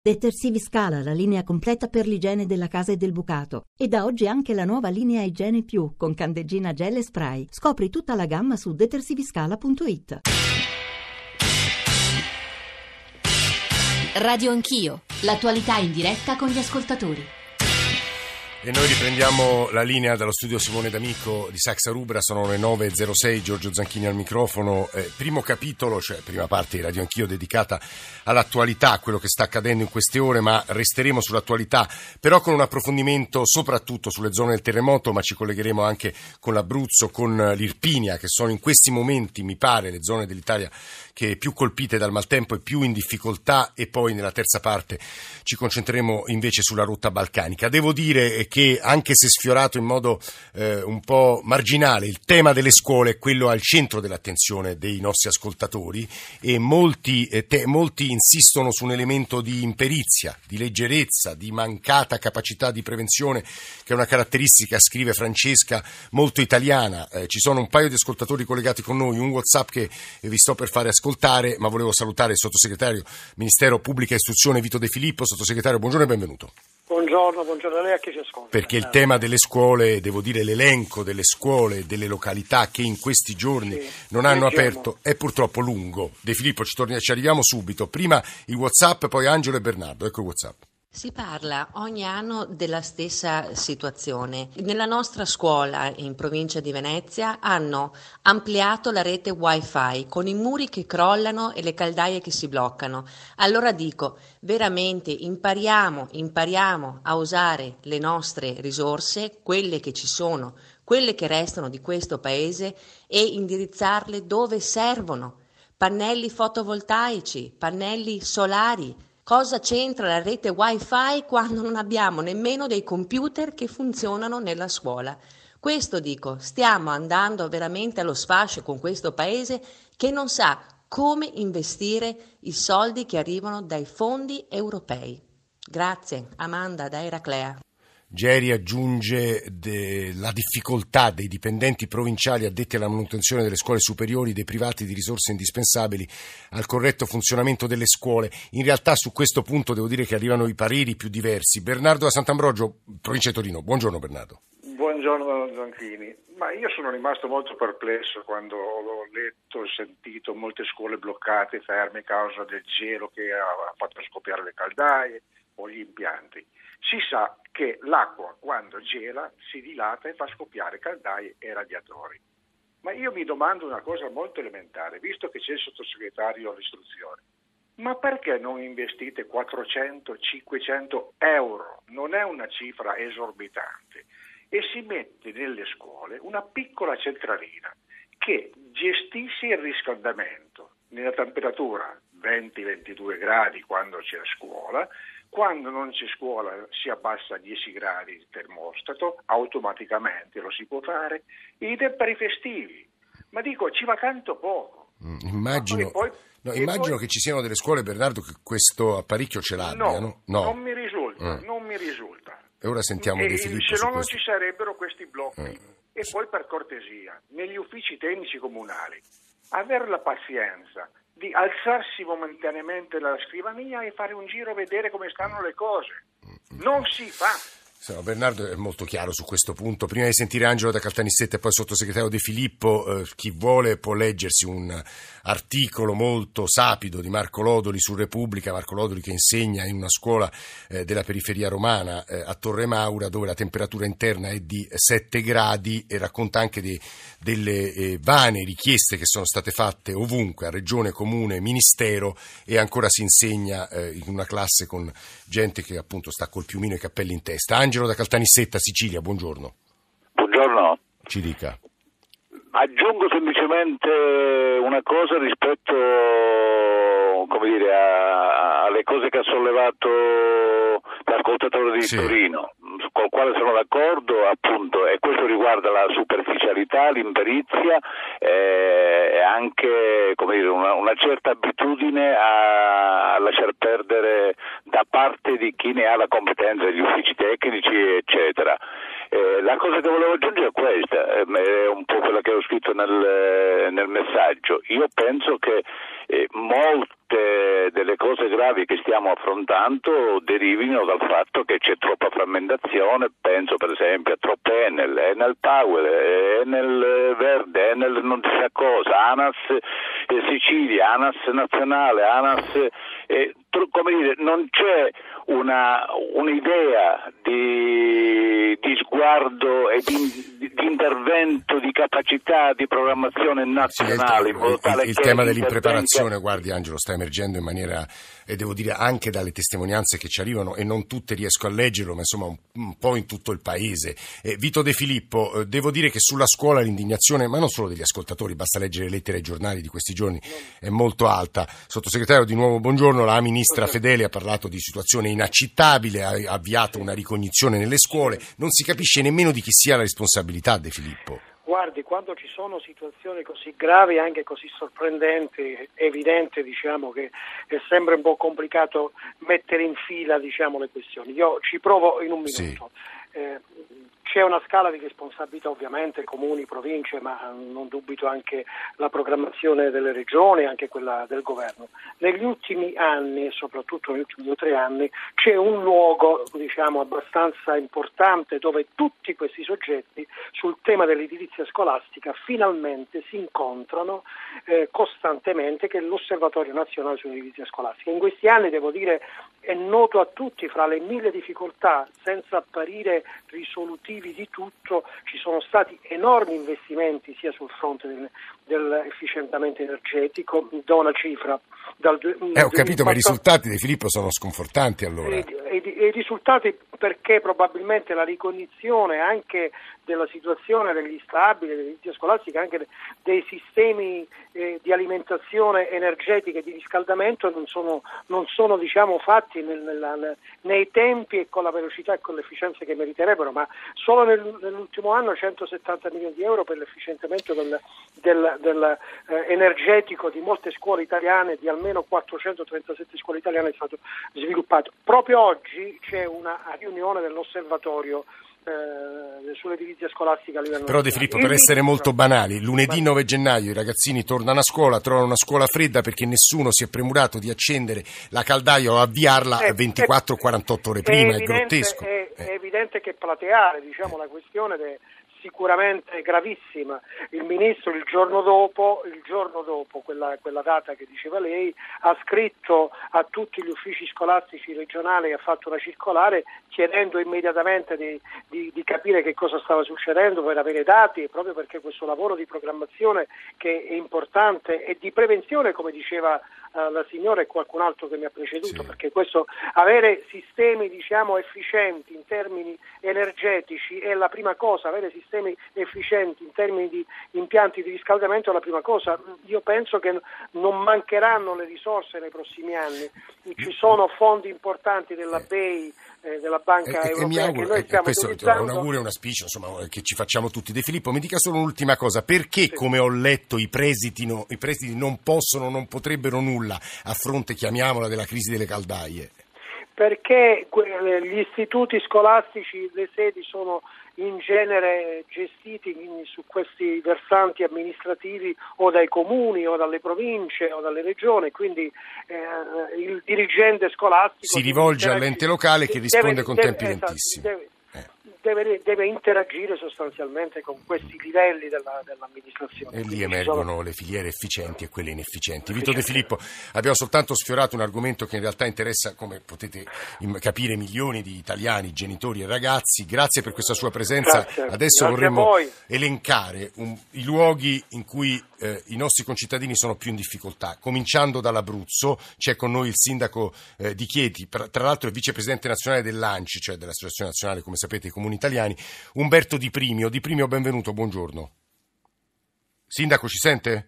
Detersivi Scala, la linea completa per l'igiene della casa e del bucato. E da oggi anche la nuova linea Igiene Più, con candeggina gel e spray. Scopri tutta la gamma su detersiviscala.it. Radio Anch'io, l'attualità in diretta con gli ascoltatori. E noi riprendiamo la linea dallo studio Simone D'Amico di Saxa Rubra. Sono le 9.06, Giorgio Zanchini al microfono. Primo capitolo, cioè prima parte di Radio Anch'io dedicata all'attualità, a quello che sta accadendo in queste ore, ma resteremo sull'attualità, però con un approfondimento soprattutto sulle zone del terremoto, ma ci collegheremo anche con l'Abruzzo, con l'Irpinia, che sono in questi momenti, mi pare, le zone dell'Italia che più colpite dal maltempo e più in difficoltà, e poi nella terza parte ci concentreremo invece sulla rotta balcanica. Devo dire che anche se sfiorato in modo un po' marginale, il tema delle scuole è quello al centro dell'attenzione dei nostri ascoltatori, e molti insistono su un elemento di imperizia, di leggerezza, di mancata capacità di prevenzione, che è una caratteristica, scrive Francesca, molto italiana. Ci sono un paio di ascoltatori collegati con noi, un WhatsApp che vi sto per fare ascoltare, ma volevo salutare il sottosegretario Ministero Pubblica Istruzione Vito De Filippo. Sottosegretario, buongiorno e benvenuto. Buongiorno a lei, a chi ci ascolta. Perché il tema delle scuole, devo dire l'elenco delle scuole, delle località che in questi giorni non hanno aperto è purtroppo lungo. De Filippo, ci arriviamo subito. Prima il WhatsApp, poi Angelo e Bernardo. Ecco il WhatsApp. Si parla ogni anno della stessa situazione. Nella nostra scuola in provincia di Venezia hanno ampliato la rete Wi-Fi con i muri che crollano e le caldaie che si bloccano. Allora dico, veramente impariamo a usare le nostre risorse, quelle che ci sono, quelle che restano di questo paese, e indirizzarle dove servono. Pannelli fotovoltaici, pannelli solari. Cosa c'entra la rete Wi-Fi quando non abbiamo nemmeno dei computer che funzionano nella scuola? Questo dico, stiamo andando veramente allo sfascio con questo paese che non sa come investire i soldi che arrivano dai fondi europei. Grazie, Amanda da Eraclea. Geri aggiunge la difficoltà dei dipendenti provinciali addetti alla manutenzione delle scuole superiori, dei privati di risorse indispensabili al corretto funzionamento delle scuole. In realtà su questo punto devo dire che arrivano i pareri più diversi. Bernardo da Sant'Ambrogio, provincia di Torino. Buongiorno Bernardo. Buongiorno Zanchini. Ma io sono rimasto molto perplesso quando ho letto e sentito molte scuole bloccate, ferme a causa del gelo che ha fatto scoppiare le caldaie o gli impianti. Si sa che l'acqua, quando gela, si dilata e fa scoppiare caldaie e radiatori. Ma io mi domando una cosa molto elementare, visto che c'è il sottosegretario all'istruzione. Ma perché non investite 400-500 euro? Non è una cifra esorbitante. E si mette nelle scuole una piccola centralina che gestisce il riscaldamento nella temperatura 20-22 gradi quando c'è scuola. Quando non c'è scuola si abbassa a 10 gradi il termostato, automaticamente lo si può fare, idem per i festivi. Ma dico, ci va tanto poco. Immagino che ci siano delle scuole, Bernardo, che questo apparecchio ce l'abbiano. No, non mi risulta. E ora sentiamo De Filippo. Se no non ci sarebbero questi blocchi. E poi, per cortesia, negli uffici tecnici comunali, avere la pazienza di alzarsi momentaneamente dalla scrivania e fare un giro a vedere come stanno le cose. Non si fa. Bernardo è molto chiaro su questo punto. Prima di sentire Angelo da Caltanissetta e poi il sottosegretario De Filippo, chi vuole può leggersi un articolo molto sapido di Marco Lodoli su Repubblica. Marco Lodoli che insegna in una scuola della periferia romana a Torre Maura, dove la temperatura interna è di 7 gradi, e racconta anche delle vane richieste che sono state fatte ovunque, a regione, comune, ministero, e ancora si insegna in una classe con gente che appunto sta col piumino e i cappelli in testa. Angelo da Caltanissetta, Sicilia, buongiorno. Buongiorno. Ci dica. Aggiungo semplicemente una cosa rispetto, alle cose che ha sollevato l'ascoltatore di Torino, col quale sono d'accordo, appunto, e questo riguarda la superficialità, l'imperizia e anche una certa abitudine a lasciar perdere da parte di chi ne ha la competenza, gli uffici tecnici, eccetera. La cosa che volevo aggiungere è questa, è un po' quella che ho scritto nel messaggio. Io penso che molti molte delle cose gravi che stiamo affrontando derivino dal fatto che c'è troppa frammentazione. Penso per esempio a troppe Enel Power, Enel Verde, Enel non si sa cosa, ANAS Sicilia, ANAS Nazionale, ANAS, come dire, non c'è un'idea di sguardo e di intervento, di capacità di programmazione nazionale. Il tema dell'impreparazione, guardi Angelo, sta emergendo in maniera, e devo dire anche dalle testimonianze che ci arrivano, e non tutte riesco a leggerlo, ma insomma un po' in tutto il paese. Vito De Filippo, devo dire che sulla scuola l'indignazione, ma non solo degli ascoltatori, basta leggere le lettere ai giornali di questi giorni, è molto alta. Sottosegretario, di nuovo buongiorno. La ministra Fedeli ha parlato di situazione inaccettabile, ha avviato una ricognizione nelle scuole, non si capisce nemmeno di chi sia la responsabilità, De Filippo. Guardi, quando ci sono situazioni così gravi, anche così sorprendenti, è evidente, che è sempre un po' complicato mettere in fila, le questioni. Io ci provo in un minuto. Sì. C'è una scala di responsabilità, ovviamente, comuni, province, ma non dubito anche la programmazione delle regioni, anche quella del governo. Negli ultimi anni, e soprattutto negli ultimi 2 o 3 anni, c'è un luogo, abbastanza importante dove tutti questi soggetti sul tema dell'edilizia scolastica finalmente si incontrano costantemente, che è l'Osservatorio Nazionale sull'Edilizia Scolastica. In questi anni, devo dire, è noto a tutti, fra le 1000 difficoltà, senza apparire risolutivi di tutto, ci sono stati enormi investimenti sia sul fronte dell'efficientamento energetico. Do una cifra. Ho capito, ma i risultati di Filippo sono sconfortanti allora. I risultati, perché probabilmente la ricognizione anche della situazione degli stabili, dell'edilizia scolastica, anche dei sistemi di alimentazione energetica e di riscaldamento non sono fatti nei tempi e con la velocità e con l'efficienza che meriterebbero, ma solo nell'ultimo anno 170 milioni di euro per l'efficientamento del energetico di molte scuole italiane, di almeno 437 scuole italiane, è stato sviluppato. Proprio oggi c'è una riunione dell'osservatorio sull'edilizia scolastica a livello Però De Filippo, per essere molto banali, lunedì 9 gennaio i ragazzini tornano a scuola, trovano una scuola fredda perché nessuno si è premurato di accendere la caldaia o avviarla 24-48 ore prima. È grottesco. È evidente che plateare, la questione sicuramente gravissima. Il ministro il giorno dopo quella data che diceva lei, ha scritto a tutti gli uffici scolastici regionali e ha fatto una circolare chiedendo immediatamente di capire che cosa stava succedendo per avere dati, proprio perché questo lavoro di programmazione, che è importante, e di prevenzione, come diceva la signora e qualcun altro che mi ha preceduto, sì. Perché questo, avere sistemi efficienti in termini energetici è la prima cosa, avere sistemi efficienti in termini di impianti di riscaldamento è la prima cosa. Io penso che non mancheranno le risorse nei prossimi anni, ci sono fondi importanti della BEI, della Banca Europea, che noi stiamo utilizzando. Un augurio e un auspicio, che ci facciamo tutti. De Filippo, mi dica solo un'ultima cosa: perché, sì, come ho letto, i presidi non possono, non potrebbero nulla a fronte, chiamiamola, della crisi delle caldaie? Perché gli istituti scolastici, le sedi sono in genere gestiti su questi versanti amministrativi o dai comuni o dalle province o dalle regioni, quindi il dirigente scolastico si rivolge all'ente locale che risponde con tempi lentissimi. Deve interagire sostanzialmente con questi livelli dell'amministrazione. E lì emergono le filiere efficienti e quelle inefficienti. Vito De Filippo, abbiamo soltanto sfiorato un argomento che in realtà interessa, come potete capire, milioni di italiani, genitori e ragazzi. Grazie per questa sua presenza. Adesso vorremmo elencare i luoghi in cui i nostri concittadini sono più in difficoltà, cominciando dall'Abruzzo. C'è con noi il sindaco di Chieti, tra l'altro è vicepresidente nazionale dell'ANCI, cioè dell'Associazione Nazionale, come sapete, i comuni italiani, Umberto Di Primio. Di Primio, benvenuto, buongiorno. Sindaco, ci sente?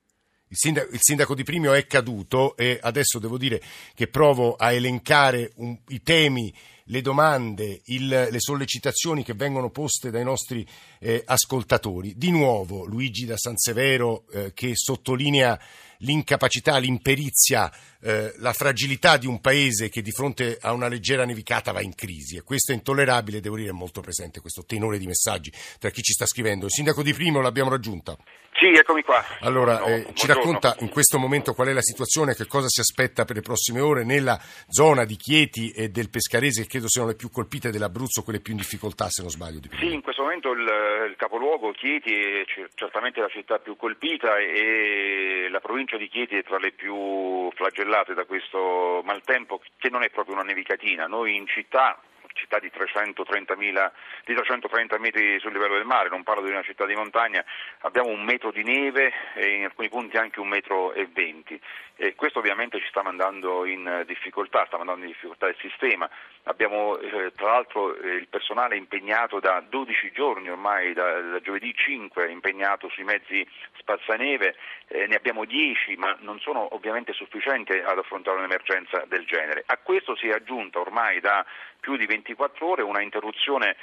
Il sindaco Di Primio è caduto e adesso devo dire che provo a elencare i temi, le domande, le sollecitazioni che vengono poste dai nostri ascoltatori. Di nuovo Luigi da San Severo che sottolinea l'incapacità, l'imperizia la fragilità di un paese che di fronte a una leggera nevicata va in crisi, e questo è intollerabile. Devo dire, è molto presente questo tenore di messaggi tra chi ci sta scrivendo. Il sindaco Di Primo l'abbiamo raggiunta. Sì, eccomi qua. Allora, ci racconta in questo momento qual è la situazione, che cosa si aspetta per le prossime ore nella zona di Chieti e del Pescarese, che credo siano le più colpite dell'Abruzzo, quelle più in difficoltà, se non sbaglio. Sì, in questo momento il capoluogo Chieti è certamente la città più colpita, e la provincia di Chieti è tra le più flagellate da questo maltempo, che non è proprio una nevicatina. Noi in città di 330 metri sul livello del mare, non parlo di una città di montagna, abbiamo 1 metro di neve e in alcuni punti anche 1,20 metri. E questo ovviamente ci sta mandando in difficoltà, il sistema. Abbiamo tra l'altro il personale impegnato da 12 giorni ormai, da giovedì 5, impegnato sui mezzi spazzaneve, ne abbiamo 10, ma non sono ovviamente sufficienti ad affrontare un'emergenza del genere. A questo si è aggiunta ormai da più di 24 ore una interruzione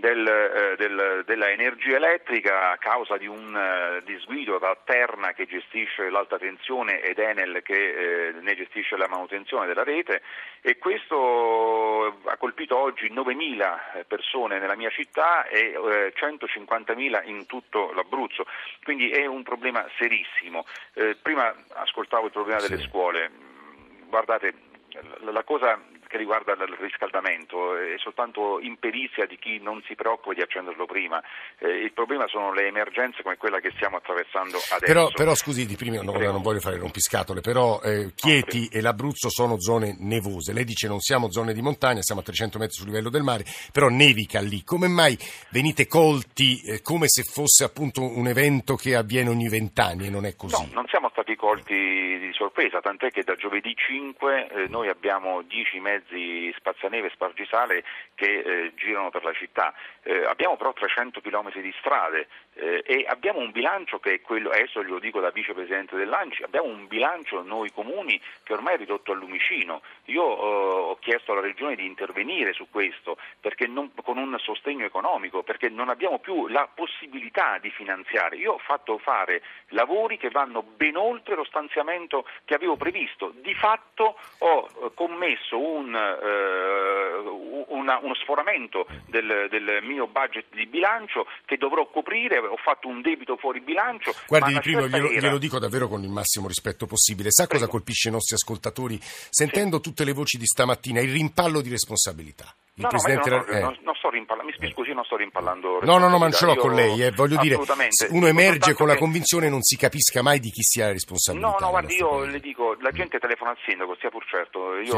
della energia elettrica a causa di un disguido da Terna, che gestisce l'alta tensione, ed Enel che ne gestisce la manutenzione della rete, e questo ha colpito oggi 9.000 persone nella mia città e 150.000 in tutto l'Abruzzo, quindi è un problema serissimo. Prima ascoltavo il problema delle scuole. Guardate, la cosa che riguarda il riscaldamento è soltanto imperizia di chi non si preoccupa di accenderlo prima. Il problema sono le emergenze come quella che stiamo attraversando adesso. Però scusi, Di Primo, non voglio fare rompiscatole, però Chieti e l'Abruzzo sono zone nevose. Lei dice non siamo zone di montagna, siamo a 300 metri sul livello del mare, però nevica lì. Come mai venite colti come se fosse appunto un evento che avviene ogni 20 anni, e non è così? No, non siamo stati colti di sorpresa, tant'è che da giovedì 5 noi abbiamo 10 mezzi spazzaneve e spargisale che girano per la città. Abbiamo però 300 chilometri di strade e abbiamo un bilancio che è quello, adesso glielo dico da vicepresidente dell'ANCI, abbiamo un bilancio noi comuni che ormai è ridotto al lumicino. Io ho chiesto alla Regione di intervenire su questo con un sostegno economico, perché non abbiamo più la possibilità di finanziare. Io ho fatto fare lavori che vanno ben oltre lo stanziamento che avevo previsto. Di fatto ho commesso uno sforamento del mio budget di bilancio che dovrò coprire. Ho fatto un debito fuori bilancio. Guardi, Di Primo, glielo dico davvero con il massimo rispetto possibile. Sa cosa colpisce i nostri ascoltatori? Sentendo tutte le voci di stamattina, il rimpallo di responsabilità. No, ma io non sto rimpallando, mi scusi, non sto rimpallando. No, ma non ce l'ho con lei, voglio dire, uno emerge con la convinzione non si capisca mai di chi sia la responsabilità. No, guardi, io le dico, la gente telefona al sindaco, sia pur certo, io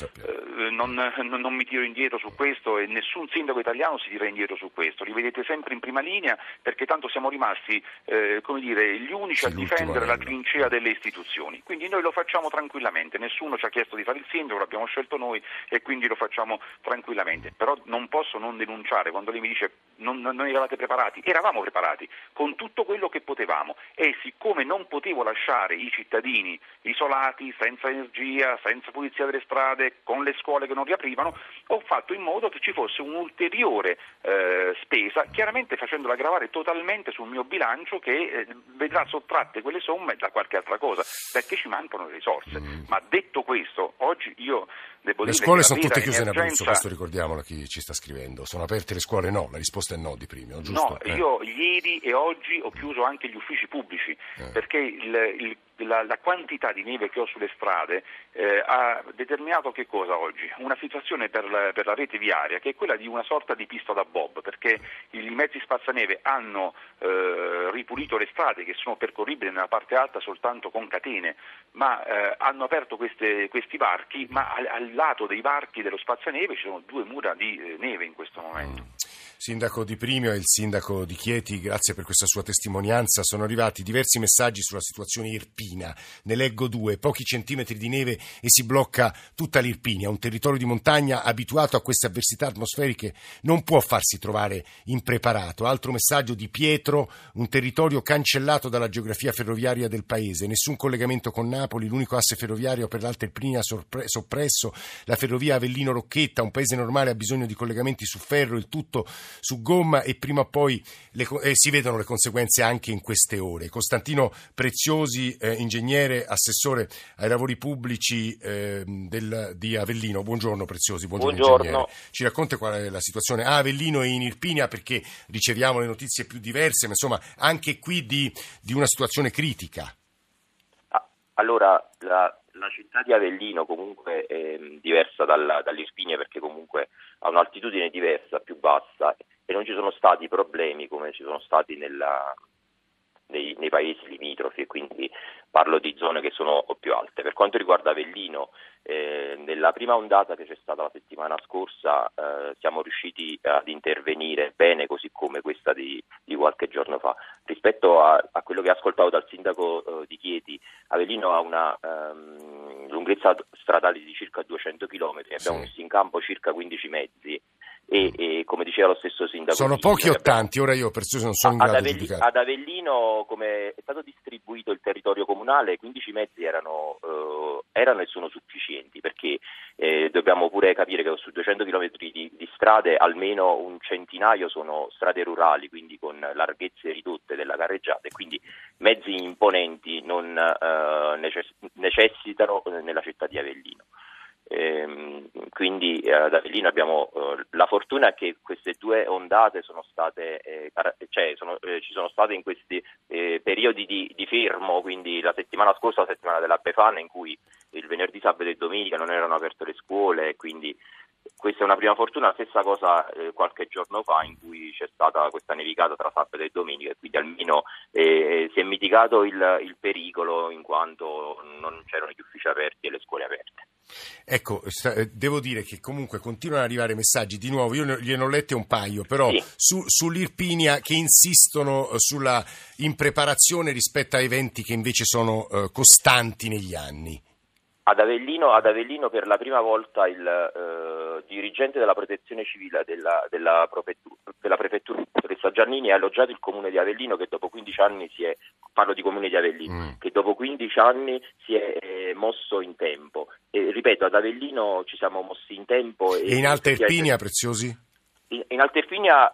non mi tiro indietro su questo, e nessun sindaco italiano si tira indietro su questo, li vedete sempre in prima linea, perché tanto siamo rimasti, gli unici a difendere la trincea delle istituzioni, quindi noi lo facciamo tranquillamente, nessuno ci ha chiesto di fare il sindaco, l'abbiamo scelto noi e quindi lo facciamo tranquillamente. Però non posso non denunciare quando lei mi dice non eravate preparati. Eravamo preparati con tutto quello che potevamo, e siccome non potevo lasciare i cittadini isolati, senza energia, senza pulizia delle strade, con le scuole che non riaprivano, ho fatto in modo che ci fosse un'ulteriore spesa, chiaramente facendola gravare totalmente sul mio bilancio, che vedrà sottratte quelle somme da qualche altra cosa, perché ci mancano le risorse. Ma detto questo, oggi io devo dire le scuole che sono tutte chiuse in emergenza... Abruzzo, questo ricordiamolo a chi ci sta scrivendo. Sono aperte le scuole? No, la risposta è no, Di Primo, giusto? No, io ieri e oggi ho chiuso anche gli uffici pubblici, perché la quantità di neve che ho sulle strade ha determinato che cosa oggi? Una situazione per la rete viaria che è quella di una sorta di pista da bob, perché i mezzi spazzaneve hanno ripulito le strade che sono percorribili nella parte alta soltanto con catene, ma hanno aperto questi varchi, ma al lato dei varchi dello spazzaneve ci sono 2 mura di neve in questo momento. Sindaco Di Primo e il sindaco di Chieti, grazie per questa sua testimonianza. Sono arrivati diversi messaggi sulla situazione irpina. Ne leggo 2: pochi centimetri di neve e si blocca tutta l'Irpinia. Un territorio di montagna abituato a queste avversità atmosferiche non può farsi trovare impreparato. Altro messaggio di Pietro: un territorio cancellato dalla geografia ferroviaria del paese, nessun collegamento con Napoli, l'unico asse ferroviario per l'Alta Irpinia soppresso, la ferrovia Avellino-Rocchetta. Un paese normale ha bisogno di collegamenti su ferro, il tutto su gomma, e prima o poi si vedono le conseguenze anche in queste ore. Costantino Preziosi ingegnere, assessore ai lavori pubblici di Avellino. Buongiorno Preziosi, buongiorno. Ingegnere. Ci racconta qual è la situazione a Avellino e in Irpinia, perché riceviamo le notizie più diverse, ma insomma anche qui di una situazione critica. Allora, la città di Avellino comunque è diversa dall'Irpinia, perché comunque ha un'altitudine diversa, più bassa, e non ci sono stati problemi come ci sono stati nei paesi limitrofi, quindi parlo di zone che sono più alte. Per quanto riguarda Avellino, nella prima ondata che c'è stata la settimana scorsa siamo riusciti ad intervenire bene, così come questa di qualche giorno fa. Rispetto a quello che ho ascoltato dal sindaco di Chieti, Avellino ha una lunghezza stradale di circa 200 km, abbiamo messo in campo circa 15 mezzi e come diceva lo stesso sindaco, sono pochi o tanti? Ora io perciò non sono in grado di giudicare. Ad Avellino, come è stato distribuito il territorio comunale, 15 mezzi erano e sono sufficienti, perché dobbiamo pure capire che su 200 km di strade almeno un centinaio sono strade rurali, quindi con larghezze ridotte della carreggiata, e quindi mezzi imponenti non necessitano nella città di Avellino. Quindi ad Avellino abbiamo la fortuna che queste due ondate sono state ci sono state in questi periodi di fermo, quindi la settimana scorsa, la settimana della Befana, in cui il venerdì, sabato e domenica non erano aperte le scuole, quindi questa è una prima fortuna. La stessa cosa qualche giorno fa, in cui c'è stata questa nevicata tra sabato e domenica, e quindi almeno si è mitigato il pericolo, in quanto non c'erano gli uffici aperti e le scuole aperte. Ecco, devo dire che comunque continuano ad arrivare messaggi, di nuovo io gliene ho lette un paio, però sì, sull'Irpinia, che insistono sulla impreparazione rispetto a eventi che invece sono costanti negli anni. Ad Avellino per la prima volta il dirigente della protezione civile della prefettura, dottoressa Giannini, ha elogiato il comune di Avellino, che dopo 15 anni parlo di comune di Avellino, che dopo 15 anni si è mosso in tempo. E ripeto, ad Avellino ci siamo mossi in tempo. E in Alta Irpinia, Preziosi? In Alta Irpinia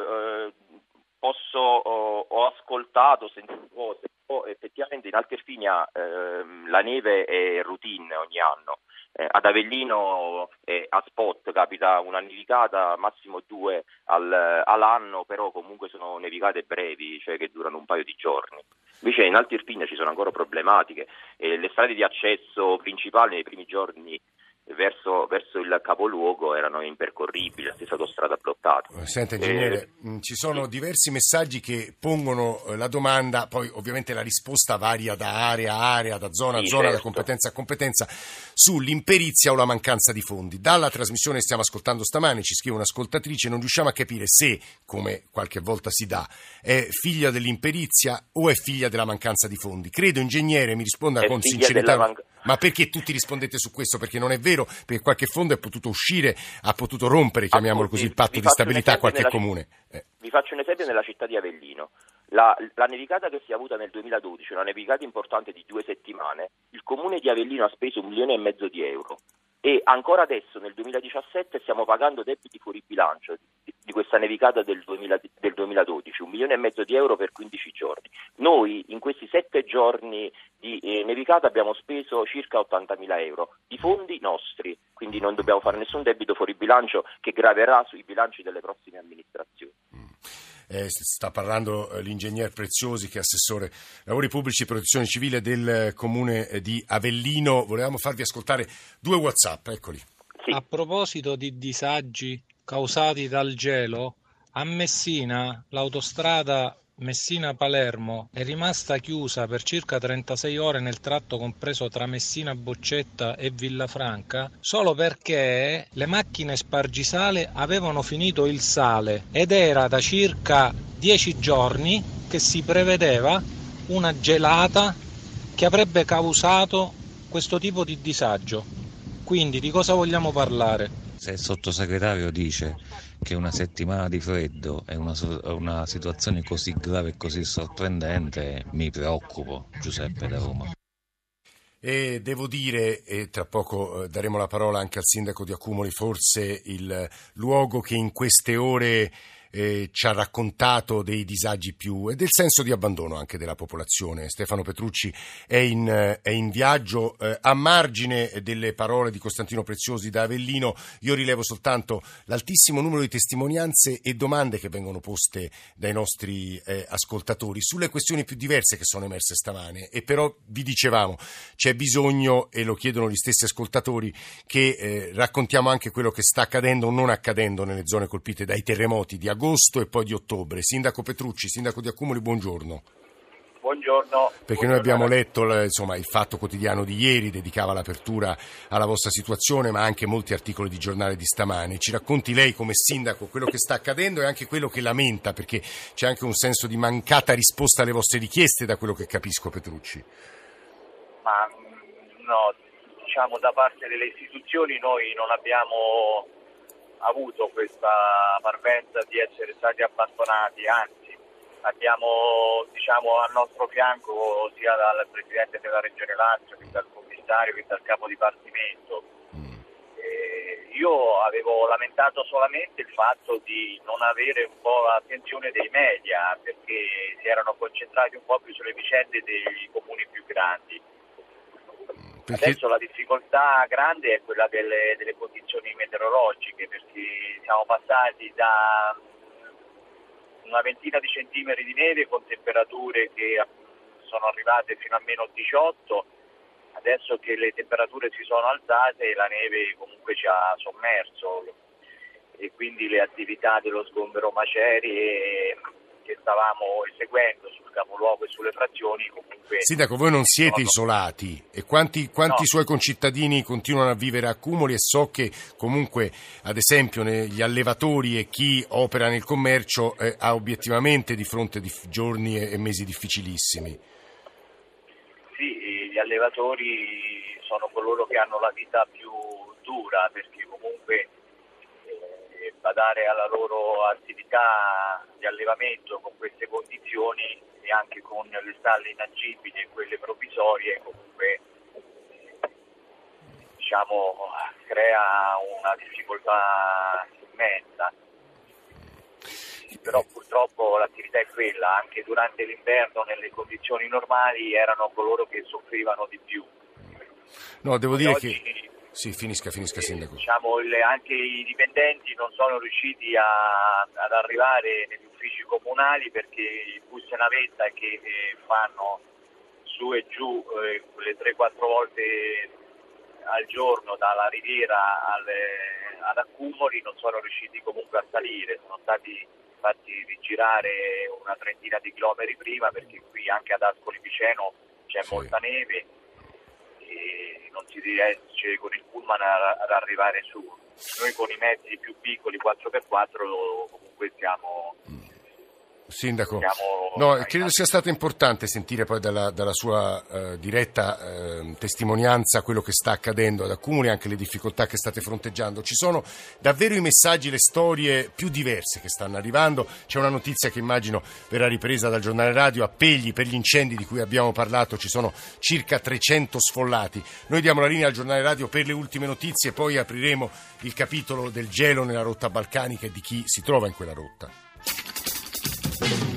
ho ascoltato, sentito cose. Effettivamente in Alta Irpinia la neve è routine ogni anno. Ad Avellino a spot capita una nevicata, massimo 2 all'anno, però comunque sono nevicate brevi, cioè che durano un paio di giorni. Invece in Alta Irpinia ci sono ancora problematiche, le strade di accesso principali nei primi giorni verso il capoluogo erano impercorribili, la stessa autostrada bloccata. Senta ingegnere, ci sono diversi messaggi che pongono la domanda, poi ovviamente la risposta varia da area a area, da zona a zona, da competenza a competenza, sull'imperizia o la mancanza di fondi. Dalla trasmissione che stiamo ascoltando stamane ci scrive un'ascoltatrice: non riusciamo a capire se, come qualche volta si dà, è figlia dell'imperizia o è figlia della mancanza di fondi. Credo, ingegnere, mi risponda con sincerità. Ma perché tutti rispondete su questo? Perché non è vero, perché qualche fondo è potuto uscire, ha potuto rompere, chiamiamolo così, il patto di stabilità a qualche comune. Vi faccio un esempio nella città di Avellino. La nevicata che si è avuta nel 2012, una nevicata importante di 2 settimane, il comune di Avellino ha speso 1,5 milioni di euro. E ancora adesso, nel 2017, stiamo pagando debiti fuori bilancio di questa nevicata del 2012, 1,5 milioni di euro per 15 giorni. Noi in questi 7 giorni di nevicata abbiamo speso circa 80.000 euro di fondi nostri, quindi non dobbiamo fare nessun debito fuori bilancio che graverà sui bilanci delle prossime amministrazioni. Sta parlando l'ingegner Preziosi, che è assessore lavori pubblici e protezione civile del comune di Avellino. Volevamo farvi ascoltare 2 WhatsApp, eccoli. Sì. A proposito di disagi causati dal gelo, a Messina l'autostrada Messina-Palermo è rimasta chiusa per circa 36 ore nel tratto compreso tra Messina Boccetta e Villafranca solo perché le macchine spargisale avevano finito il sale ed era da circa 10 giorni che si prevedeva una gelata che avrebbe causato questo tipo di disagio. Quindi di cosa vogliamo parlare? Se il sottosegretario dice che una settimana di freddo è una situazione così grave e così sorprendente, mi preoccupo. Giuseppe da Roma. E devo dire, e tra poco daremo la parola anche al sindaco di Accumoli, forse il luogo che in queste ore ci ha raccontato dei disagi più e del senso di abbandono anche della popolazione. Stefano Petrucci è in viaggio. A margine delle parole di Costantino Preziosi da Avellino, io rilevo soltanto l'altissimo numero di testimonianze e domande che vengono poste dai nostri ascoltatori sulle questioni più diverse che sono emerse stamane, e però vi dicevamo c'è bisogno, e lo chiedono gli stessi ascoltatori, che raccontiamo anche quello che sta accadendo o non accadendo nelle zone colpite dai terremoti di agosto e poi di ottobre. Sindaco Petrucci, sindaco di Accumoli, buongiorno. Buongiorno. Perché noi abbiamo letto il Fatto Quotidiano di ieri, dedicava l'apertura alla vostra situazione, ma anche molti articoli di giornale di stamane. Ci racconti lei come sindaco quello che sta accadendo e anche quello che lamenta, perché c'è anche un senso di mancata risposta alle vostre richieste, da quello che capisco, Petrucci. Ma no, diciamo, da parte delle istituzioni noi non abbiamo avuto questa parvenza di essere stati abbandonati, anzi abbiamo, diciamo, al nostro fianco sia dal Presidente della Regione Lazio che dal Commissario che dal Capo Dipartimento. Io avevo lamentato solamente il fatto di non avere un po' l'attenzione dei media, perché si erano concentrati un po' più sulle vicende dei comuni più grandi. Perché? Adesso la difficoltà grande è quella delle condizioni meteorologiche, perché siamo passati da una ventina di centimetri di neve con temperature che sono arrivate fino a meno 18, adesso che le temperature si sono alzate la neve comunque ci ha sommerso, e quindi le attività dello sgombero macerie che stavamo eseguendo sul capoluogo e sulle frazioni comunque... Sindaco, voi non siete isolati, e quanti no. Suoi concittadini continuano a vivere a Accumoli, e so che comunque ad esempio gli allevatori e chi opera nel commercio ha obiettivamente di fronte giorni e mesi difficilissimi. Sì, gli allevatori sono coloro che hanno la vita più dura, perché comunque badare alla loro attività di allevamento con queste condizioni e anche con le stalle inagibili e quelle provvisorie comunque diciamo crea una difficoltà immensa. Però purtroppo l'attività è quella, anche durante l'inverno nelle condizioni normali erano coloro che soffrivano di più. No, devo dire che... Sì, finisca, Sindaco. Diciamo, anche i dipendenti non sono riusciti ad arrivare negli uffici comunali perché i bus navetta che fanno su e giù le 3-4 volte al giorno dalla Riviera ad Accumoli non sono riusciti comunque a salire, sono stati fatti rigirare una trentina di chilometri prima, perché qui anche ad Ascoli Piceno c'è molta neve e non si riesce con il pullman ad arrivare su. Noi con i mezzi più piccoli 4x4 comunque siamo... Sindaco, no, credo sia stato importante sentire poi dalla sua diretta testimonianza quello che sta accadendo ad Accumoli, anche le difficoltà che state fronteggiando. Ci sono davvero i messaggi, le storie più diverse che stanno arrivando. C'è una notizia che immagino verrà ripresa dal giornale radio: a Pegli, per gli incendi di cui abbiamo parlato, ci sono circa 300 sfollati. Noi diamo la linea al giornale radio per le ultime notizie, poi apriremo il capitolo del gelo nella rotta balcanica e di chi si trova in quella rotta.